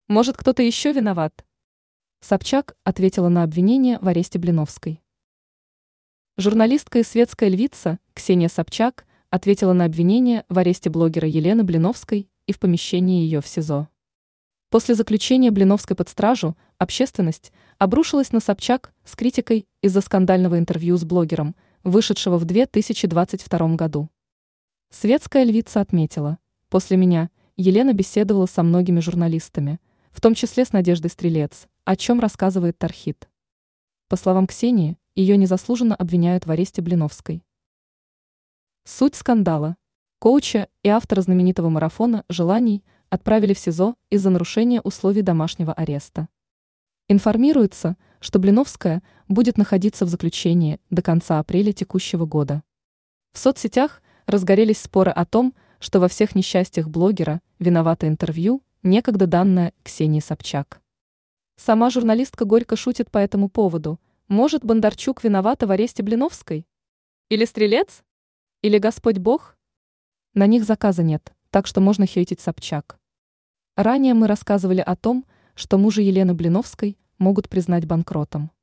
Может, кто-то еще виноват? Собчак ответила на обвинение в аресте Блиновской. Журналистка и светская львица Ксения Собчак ответила на обвинение в аресте блогера Елены Блиновской и в помещении ее в СИЗО. После заключения Блиновской под стражу общественность обрушилась на Собчак с критикой из-за скандального интервью с блогером, вышедшего в 2022 году. Светская львица отметила: «После меня Елена беседовала со многими журналистами, в том числе с Надеждой Стрелец, о чем рассказывает Тархит». По словам Ксении, ее незаслуженно обвиняют в аресте Блиновской. Суть скандала. Коуча и автора знаменитого марафона «Желаний» отправили в СИЗО из-за нарушения условий домашнего ареста. Информируется, что Блиновская будет находиться в заключении до конца апреля текущего года. В соцсетях разгорелись споры о том, что во всех несчастьях блогера виновато интервью, некогда данное Ксении Собчак. Сама журналистка горько шутит по этому поводу. Может, Бондарчук виновата в аресте Блиновской? Или Стрелец? Или Господь Бог? На них заказа нет, так что можно хейтить Собчак. Ранее мы рассказывали о том, что мужа Елены Блиновской могут признать банкротом.